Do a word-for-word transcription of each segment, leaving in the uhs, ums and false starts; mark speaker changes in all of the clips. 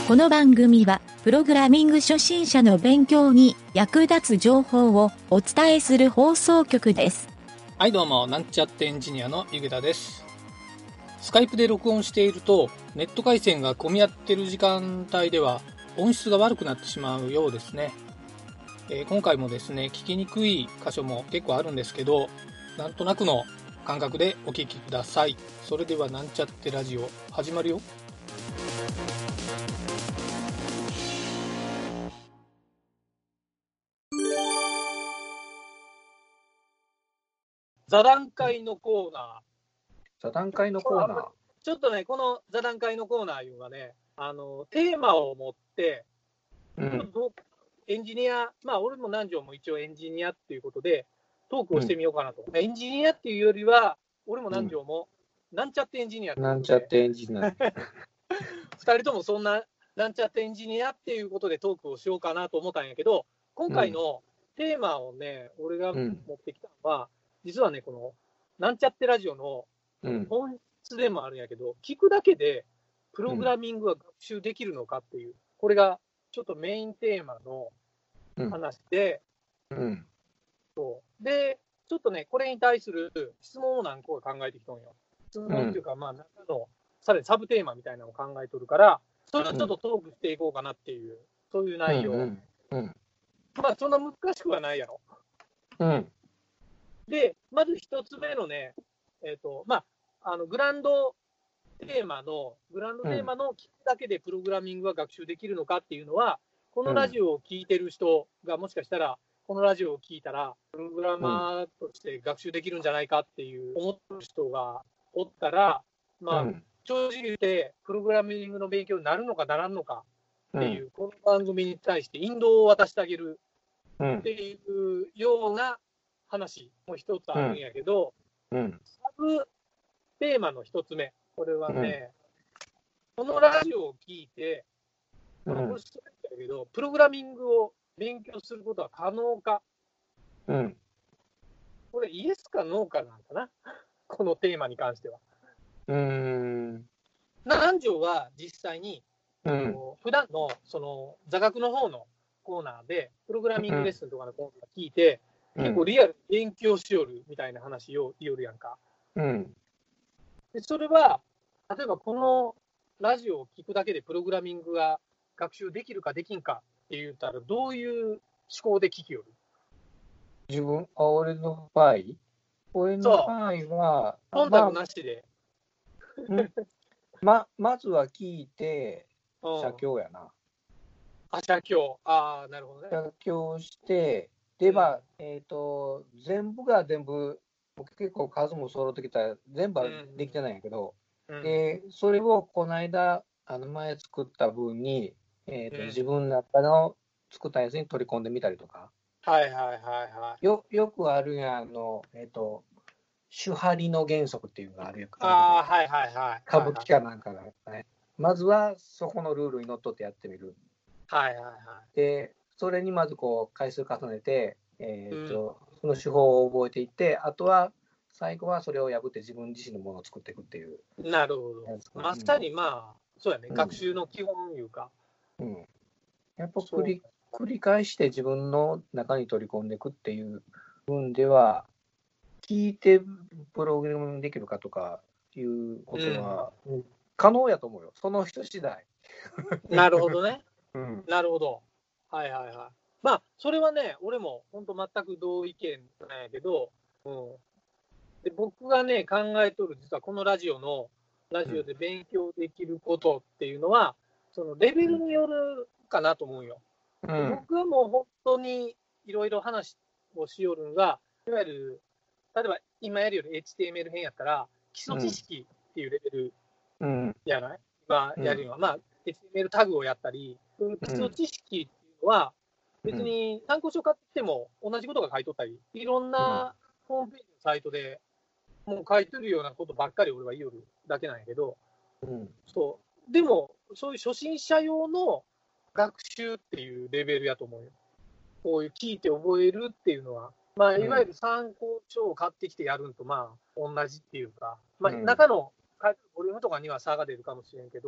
Speaker 1: この番組はプログラミング初心者の勉強に役立つ情報をお伝えする放送局です。
Speaker 2: はい、どうもなんちゃってエンジニアのゆげたです。スカイプで録音しているとネット回線が混み合っている時間帯では音質が悪くなってしまうようですね。えー、今回もですね、聞きにくい箇所も結構あるんですけど、なんとなくの感覚でお聞きください。それではなんちゃってラジオ始まるよ。座談会のコーナー。
Speaker 3: 座談会のコーナー。
Speaker 2: ちょっとね、この座談会のコーナーいうのはね、あのテーマを持って、うん、エンジニア、まあ俺も南條も一応エンジニアっていうことでトークをしてみようかなと。うん、エンジニアっていうよりは、俺も南條も、うん、なんちゃってエンジニアって
Speaker 3: なんちゃってエンジニア。
Speaker 2: ふたりともそんななんちゃってエンジニアっていうことでトークをしようかなと思ったんやけど、今回のテーマをね、うん、俺が持ってきたのは、実はね、このなんちゃってラジオの本質でもあるんやけど、うん、聞くだけでプログラミングは学習できるのかっていう、これがちょっとメインテーマの話で、うんうん、そうで、ちょっとね、これに対する質問を何個か考えてきたんよ。質問っていうか、うん、まあ、中のさらにサブテーマみたいなのを考えとるから、それをちょっとトークしていこうかなっていう、そういう内容。うんうんうん、まあ、そんな難しくはないやろ。うん、で、まず一つ目のね、えっと、まあ、あのグランドテーマの、グランドテーマの聞くだけでプログラミングは学習できるのかっていうのは、このラジオを聞いてる人がもしかしたら、このラジオを聞いたら、プログラマーとして学習できるんじゃないかっていう思ってる人がおったら、まあ、正直言って、プログラミングの勉強になるのかならんのかっていう、この番組に対して引導を渡してあげるっていうような話も一つあるんやけど、サブテーマの一つ目、これはね、うん、このラジオを聞いて、うん、これそうだけど、プログラミングを勉強することは可能か、うん、これイエスかノーかなんかな、このテーマに関しては。うーん南條は実際に、うん、普段のその座学の方のコーナーで、プログラミングレッスンとかのコーナー聞いて、うん、結構リアルに勉強しよるみたいな話を言おるやんか。うんでそれは、例えばこのラジオを聞くだけでプログラミングが学習できるかできんかって言ったら、どういう思考で聞きよる？
Speaker 3: 自分、あ、俺の場合俺の場合は、
Speaker 2: 忖度なしで。
Speaker 3: ま、まずは聞いて、写経やな。
Speaker 2: あ、写経。ああ、なるほどね。
Speaker 3: 写経して、で、まあ、うん、えっと、全部が全部、結構数も揃ってきたら、全部はできてないんやけど、うん、で、それをこの間、あの前作った分に、えーとうん、自分の中の作ったやつに取り込んでみたりとか。
Speaker 2: はいはいはいはい。
Speaker 3: よ、よくあるやん、あの、えっ、ー、と、手張りの原則っていうのがあるやん。
Speaker 2: ああ、はいはいはい。
Speaker 3: 歌舞伎かなんかがね、はいはい。まずはそこのルールにのっとってやってみる。
Speaker 2: はいはいはい。
Speaker 3: で、それにまずこう回数重ねて、えーとうん、その手法を覚えていって、あとは最後はそれを破って自分自身のものを作っていくっていう。
Speaker 2: なるほど。まさにまあ、そうやね、うん、学習の基本いうか。
Speaker 3: うん。やっぱ繰り繰り返して自分の中に取り込んでいくっていう分では、聞いてプログラムできるかとかいうことは、うん、可能やと思うよ。その人次第。
Speaker 2: なるほどね。うん、なるほど。はいはいはい。まあ、それはね、俺も本当全く同意見なんやけど、うん、で僕がね、考えとる、実はこのラジオの、ラジオで勉強できることっていうのは、そのレベルによるかなと思うよ。うん、僕はもう本当にいろいろ話をしよるのが、いわゆる、例えば今やるより エイチティーエムエル 編やったら、基礎知識っていうレベルじゃない、うん、今やるのは、うん、まあ、エイチティーエムエル タグをやったり、基礎知識っていうのは、別に参考書買っても同じことが書いとったり、いろんなホームページのサイトでもう書いてるようなことばっかり俺は言いよるだけなんやけど、うん、そうでも、そういう初心者用の学習っていうレベルやと思うよ。こういう聞いて覚えるっていうのは、まあ、いわゆる参考書を買ってきてやるのとまあ同じっていうか、まあ、中のボリュームとかには差が出るかもしれんけど、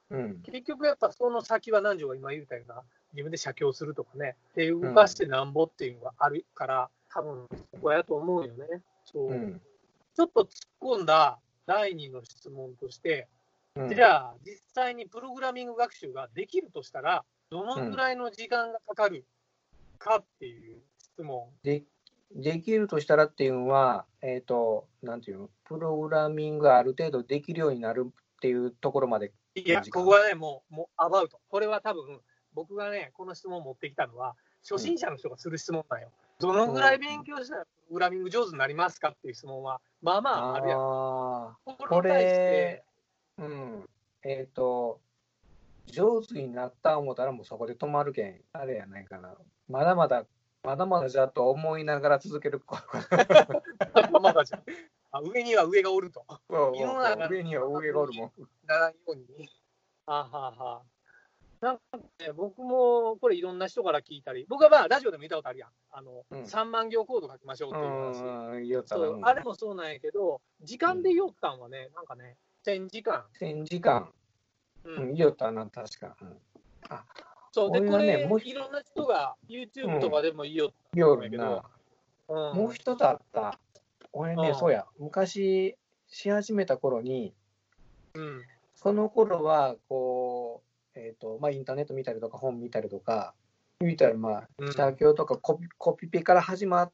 Speaker 3: うん、
Speaker 2: 結局やっぱその先は南條が今言ったような、自分で写経するとかね、で動かしてなんぼっていうのがあるから、多分そこやと思うよね。そう、うん、ちょっと突っ込んだだいにの質問として、うん、じゃあ実際にプログラミング学習ができるとしたら、どのぐらいの時間がかかるかっていう質問。
Speaker 3: でできるとしたらっていうのは、えっ、ー、と、なんていうの、プログラミングがある程度できるようになるっていうところまで。
Speaker 2: いや、ここはね、もう、もうアバウト。これは多分、僕がね、この質問を持ってきたのは、初心者の人がする質問なんよ。うん、どのぐらい勉強したらプログラミング上手になりますかっていう質問は、まあまああるやん。
Speaker 3: あ
Speaker 2: これに対して、
Speaker 3: うん、えっ、ー、と、上手になった思ったらもうそこで止まるけん、あれやないかな。まだまだ、まだまだじゃと思いながら続ける。
Speaker 2: まだじゃあ上には上がおると。
Speaker 3: 世の中上には上がおるもん。
Speaker 2: ならんように。はははなんかね、僕もこれいろんな人から聞いたり、僕はまあラジオでも見たことあるやん。あの、うん、さんまん行コード書きましょうっていう話。うん、そうあれもそうなんやけど、時間で言ったんはね、うん、なんかね、せんじかん。
Speaker 3: せんじかん。うん、言ったな、確か。うん、
Speaker 2: あそうで、これ、いろんな人が YouTube とかでも言いよったんやけど、
Speaker 3: うん、もう一つあった。俺ね、うん、そうや、昔し始めた頃に、うん、その頃は、こう、えっ、ー、と、まあ、インターネット見たりとか、本見たりとか、見たら、まあ、写経とかコピ、コピペから始まって、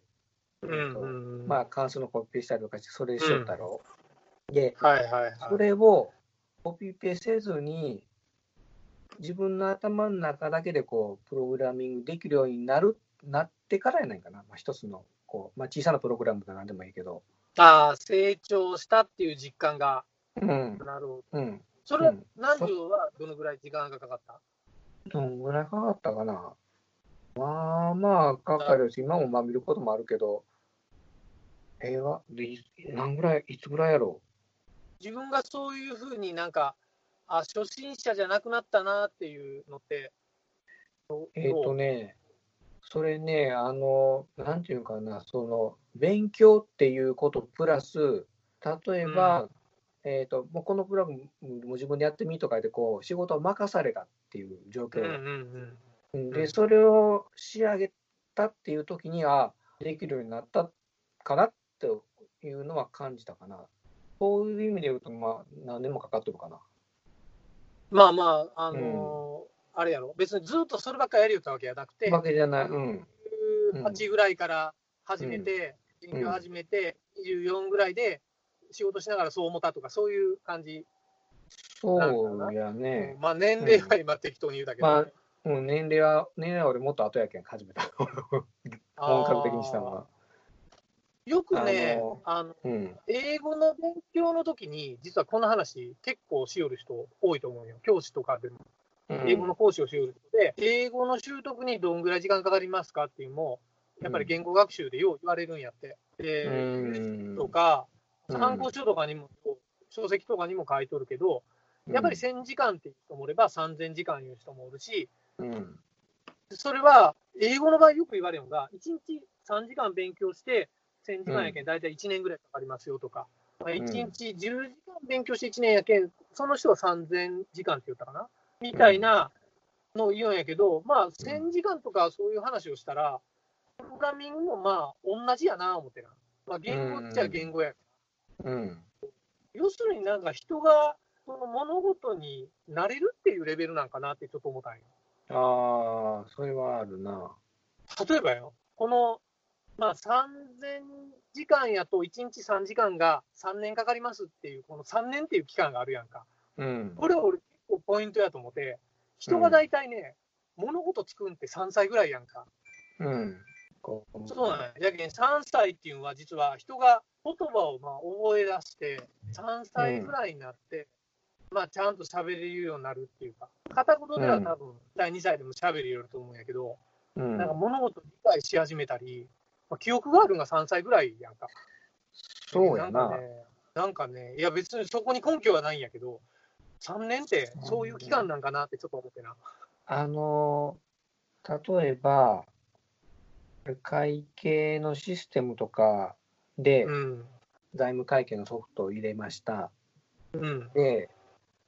Speaker 3: えーとうん、まあ、関数のコピペしたりとかして、それしよったろ。うん、で、はいはいはい、それをコピペせずに、自分の頭の中だけでこうプログラミングできるようになるなってからやないかな、まあ、一つのこう、まあ、小さなプログラムとかなんでもいいけど、
Speaker 2: ああ、成長したっていう実感が、
Speaker 3: うん、
Speaker 2: なるほど。
Speaker 3: うん、
Speaker 2: それは、南條はどのぐらい時間がかかった？
Speaker 3: どのぐらいかかったかな。まあまあかかるし、今もまあ見ることもあるけど、映画で何ぐらい、いつぐらいやろう。
Speaker 2: 自分がそういうふうになんか、あ、初心者じゃなくなったなっていうのって、
Speaker 3: えっ、ー、とね、それね、あの、なんていうかな、その、勉強っていうことプラス、例えば、うん、えっ、ー、と、もうこのプログラムも自分でやってみとかで、こう、仕事を任されたっていう状況。うんうんうん、で、それを仕上げたっていう時には、できるようになったかなっていうのは感じたかな。そういう意味で言うと、まあ、何年もかかってるかな。
Speaker 2: まあまあ、あのーうん、あれやろ、別にずっとそればっかりやりよったわけじゃなくて、
Speaker 3: わけじゃない。うん。
Speaker 2: じゅうはちぐらいから始めて、うん、勉強始めて、にじゅうよんぐらいで仕事しながらそう思ったとか、そういう感じ。
Speaker 3: そうやね。
Speaker 2: うん、まあ年齢は今適当に言うだけど、ね。
Speaker 3: まあ、うん、年齢は、年齢は俺もっと後やけん始めた。本格的にしたのは。
Speaker 2: よくね、あの、あのうん、英語の勉強の時に、実はこの話結構しよる人多いと思うよ。教師とかでも。英語の講師をしよる人で、うん、英語の習得にどんぐらい時間かかりますかっていうのも、やっぱり言語学習でよう言われるんやって。で、YouTubeとか、参考書とかにも、書籍とかにも書いとるけど、やっぱりせんじかんっていう人もおればさんぜんじかんいう人もおるし、うん、それは英語の場合よく言われるのが、いちにちさんじかん勉強してせんじかんやけん、大体いちねんぐらいかかりますよとか、まあ、いちにちじゅうじかん勉強していちねんやけん、その人はさんぜんじかんって言ったかなみたいなのを言うんやけど、まあせんじかんとかそういう話をしたら、プログラミングもまあ同じやな思ってな。まあ、言語っちゃ言語や。うん、要するになんか人がその物事に慣れるっていうレベルなんかなってちょっと思ったんよ。
Speaker 3: ああ、それはあるな。
Speaker 2: 例えばよ、この、まあ、さんぜんじかんやといちにちさんじかんがさんねんかかりますっていう、このさんねんっていう期間があるやんか。うん、これは俺結構ポイントやと思って、人が大体ね、うん、物事作るんってさんさいぐらいやんか。うん。そうなんや。やけんさんさいっていうのは実は人が言葉をまあ覚え出してさんさいぐらいになって、うん、まあちゃんと喋れるようになるっていうか、片言では多分いっさいにさいでも喋れると思うんやけど、うん、なんか物事を理解し始めたり、まあ、記憶があるのがさんさいぐらいやんか。
Speaker 3: そうやな。
Speaker 2: なんかね、なんかね、いや別にそこに根拠はないんやけど、さんねんってそういう期間なんかなってちょっと思ってな。
Speaker 3: あの、例えば、会計のシステムとかで、うん、財務会計のソフトを入れました。うん、で、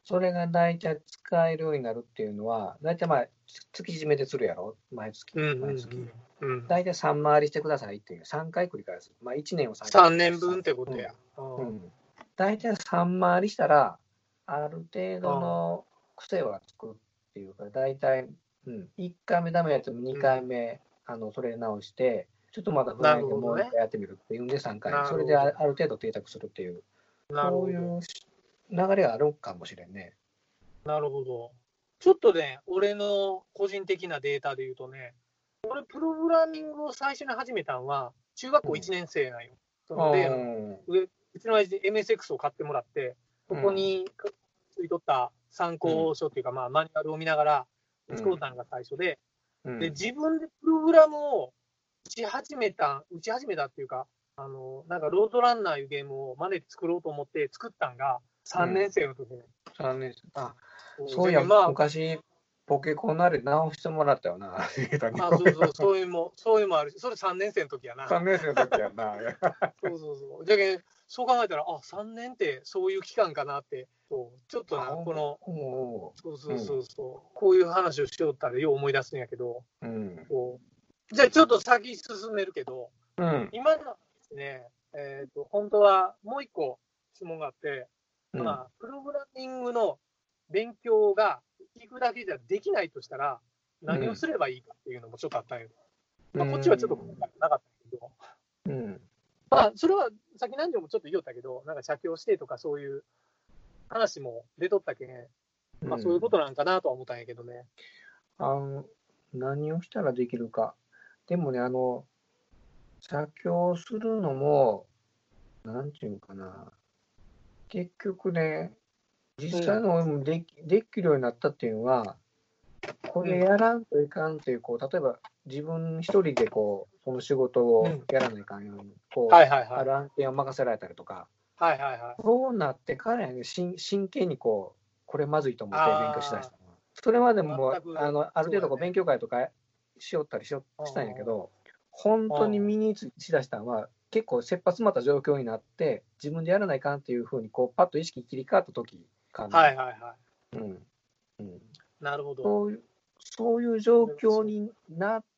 Speaker 3: それが大体使えるようになるっていうのは、大体まあ、月締めでするやろ、毎月、毎月。大体さん回りしてくださいっていう、さんかい繰り返す。まあ、いちねんをさんかい。
Speaker 2: さんねんぶんってことや。
Speaker 3: うん。大体さん回りしたら、ある程度の癖はつくっていうか、大体、うん、いっかいめダメやってもにかいめ、うん、あのそれ直して、ちょっとまた不安やけどもういっかいやってみるっていうんでさんかい、それである程度定着するっていう、そういう流れがあるかもしれんね。
Speaker 2: なるほど。ちょっとね、俺の個人的なデータで言うとね、俺、プログラミングを最初に始めたのは、中学校いちねん生なんよ。うん、その例の上、うちの親父 エムエスエックス を買ってもらって、ここについとった参考書っていうか、まあ、マニュアルを見ながら作ったのが最初で、うん、で、自分でプログラムを打ち始めた、打ち始めたっていうか、あの、なんかロードランナーいうゲームを真似て作ろうと思って作ったんがさんねん生の時に。うん、
Speaker 3: さんねん生。あ、そういや、まあ、昔、ポケコンのあれ直してもらったよな。
Speaker 2: あ、そうそう、そういうも、そういうもあるし、それさんねん生の時やな。
Speaker 3: さんねん生の時やな。
Speaker 2: そうそうそう。じゃけそう考えたら、あ、さんねんってそういう期間かなって、そうちょっとな、この、そうそうそうそう、うん、こういう話をしよったらよう思い出すんやけど、うん、そうじゃあちょっと先進めるけど、うん、今のですね、えっと、本当はもう一個質問があって、うん、まあ、プログラミングの勉強が聞くだけじゃできないとしたら、何をすればいいかっていうのもちょっとあったんよ。うん、まあ、こっちはちょっとなかったけど、うん、まあ、それは先何でもちょっと言おったけど、なんか写経してとかそういう話も出とったけん、まあ、そういうことなんかなとは思ったんやけどね。
Speaker 3: うん、あの何をしたらできるか。でもね、あの、写経するのも、なんていうのかな、結局ね、実際の俺もでき、うん、できるようになったっていうのは、これやらんといかんという、こう、例えば自分一人でこう、その仕事をやらないかんように、こう、ある案件を任せられたりとか、
Speaker 2: はいはいはい、
Speaker 3: そうなってからやね、真剣にこう、これまずいと思って勉強しだしたの。それまでもあのある程度こう勉強会とかしよったりしよしたんやけど、本当に身にしだしたのは、結構切羽詰まった状況になって、自分でやらないかんっていうふうにこう、パッと意識切り替わった時かな。
Speaker 2: はいはいはい。
Speaker 3: うんうん、
Speaker 2: なるほど。
Speaker 3: そういう、そういう状況になって、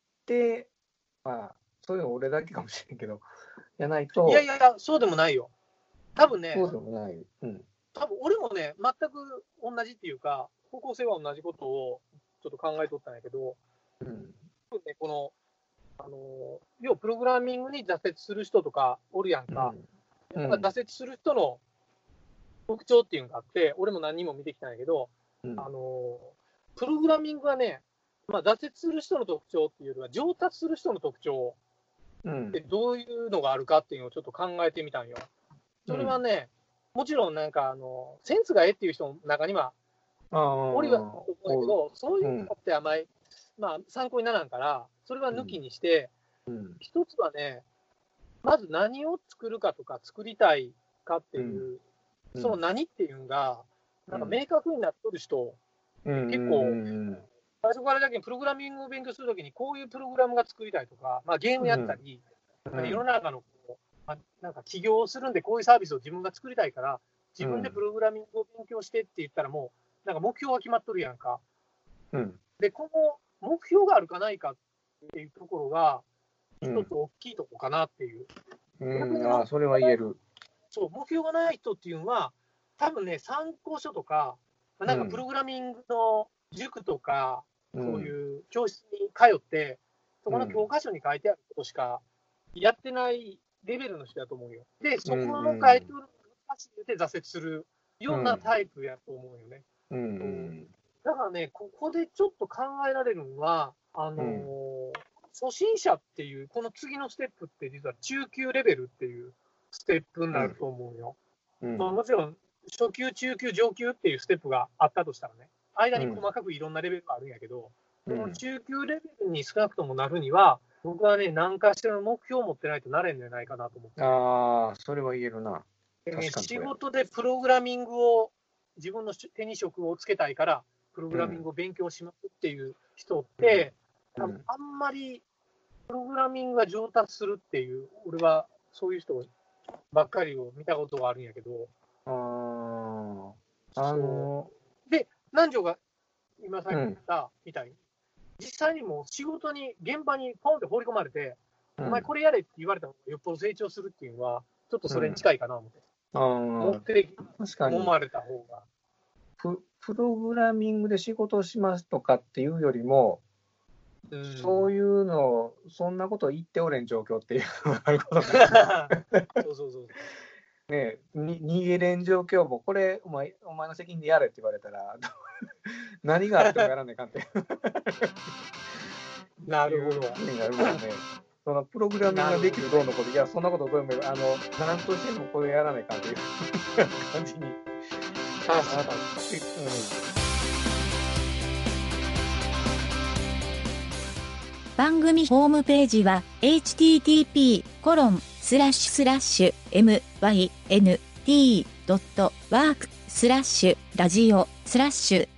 Speaker 3: まあ、そういうの俺だけかもしれんけど、やないと。
Speaker 2: いやいやいや、そうでもないよ。多分ね、
Speaker 3: そうでもない。うん。
Speaker 2: 多分俺もね、全く同じっていうか、方向性は同じことをちょっと考えとったんやけど、うん、ね、この、あの、要はプログラミングに挫折する人とかおるやんか。うん、挫折する人の特徴っていうのがあって、俺も何人も見てきたんやけど、うん、あの、プログラミングはね、まあ、挫折する人の特徴っていうよりは、上達する人の特徴ってどういうのがあるかっていうのをちょっと考えてみたんよ。それはね、うん、もちろんなんかあの、センスがええっていう人の中には、おりは思うんだけど、そういうのってあまり、まあ、参考にならんから、それは抜きにして、うんうん、一つはね、まず何を作るかとか、作りたいかっていう、うん、その何っていうのが、なんか明確になっとる人、うん、結構、最初からだけプログラミングを勉強するときに、こういうプログラムが作りたいとか、まあ、ゲームやったり、うん、世の中のこう、まあ、なんか起業をするんで、こういうサービスを自分が作りたいから、自分でプログラミングを勉強してって言ったら、もう、なんか目標が決まっとるやんか。うん、で、この目標があるかないかっていうところが、一つ大きいところかなっていう。
Speaker 3: うん、ああ、それは言える。
Speaker 2: そう、目標がない人っていうのは、多分ね、参考書とか、なんかプログラミングの塾とか、うん、そういう教室に通って、そこの教科書に書いてあることしかやってないレベルの人だと思うよ。で、そこの書いてある難しいで挫折するようなタイプやと思うよね。うんうん、だからね、ここでちょっと考えられるのは、あのーうん、初心者っていう、この次のステップって実は中級レベルっていうステップになると思うよ。うん、まあ、もちろん、初級、中級、上級っていうステップがあったとしたらね、間に細かくいろんなレベルがあるんやけど、うん、この中級レベルに少なくともなるには、僕はね、何かしらの目標を持ってないとなれんじゃないかなと思って。
Speaker 3: ああ、それは言えるな。
Speaker 2: 確かに仕事でプログラミングを、自分の手に職をつけたいから、プログラミングを勉強しますっていう人って、うんうん、あんまりプログラミングが上達するっていう、俺はそういう人ばっかりを見たことがあるんやけど、
Speaker 3: ああの
Speaker 2: ー、で、南條が今さっき言ったみたいに、うん、実際にもう仕事に、現場にポンって放り込まれて、うん、お前これやれって言われた方がよっぽど成長するっていうのは、ちょっとそれに近いかな思って。うん、持って思われた方が
Speaker 3: プ。プログラミングで仕事をしますとかっていうよりも、うん、そういうの、そんなこと言っておれん状況っていうのがあることかそうそうそう。ねえ、に逃げれん状況も、これお前、お前の責任でやれって言われたら、何があってもやらないかんって。
Speaker 2: なるほど。
Speaker 3: になるもんね。そのプログラミングができるどうのこと、いや、そんなことどうでも、あの、何としてもこれやらないかんっていう感じに。
Speaker 2: 確かに。
Speaker 1: 番組ホームページは エイチティーティーピーコロンスラッシュスラッシュエムワイエヌティードットワークスラッシュラジオスラッシュ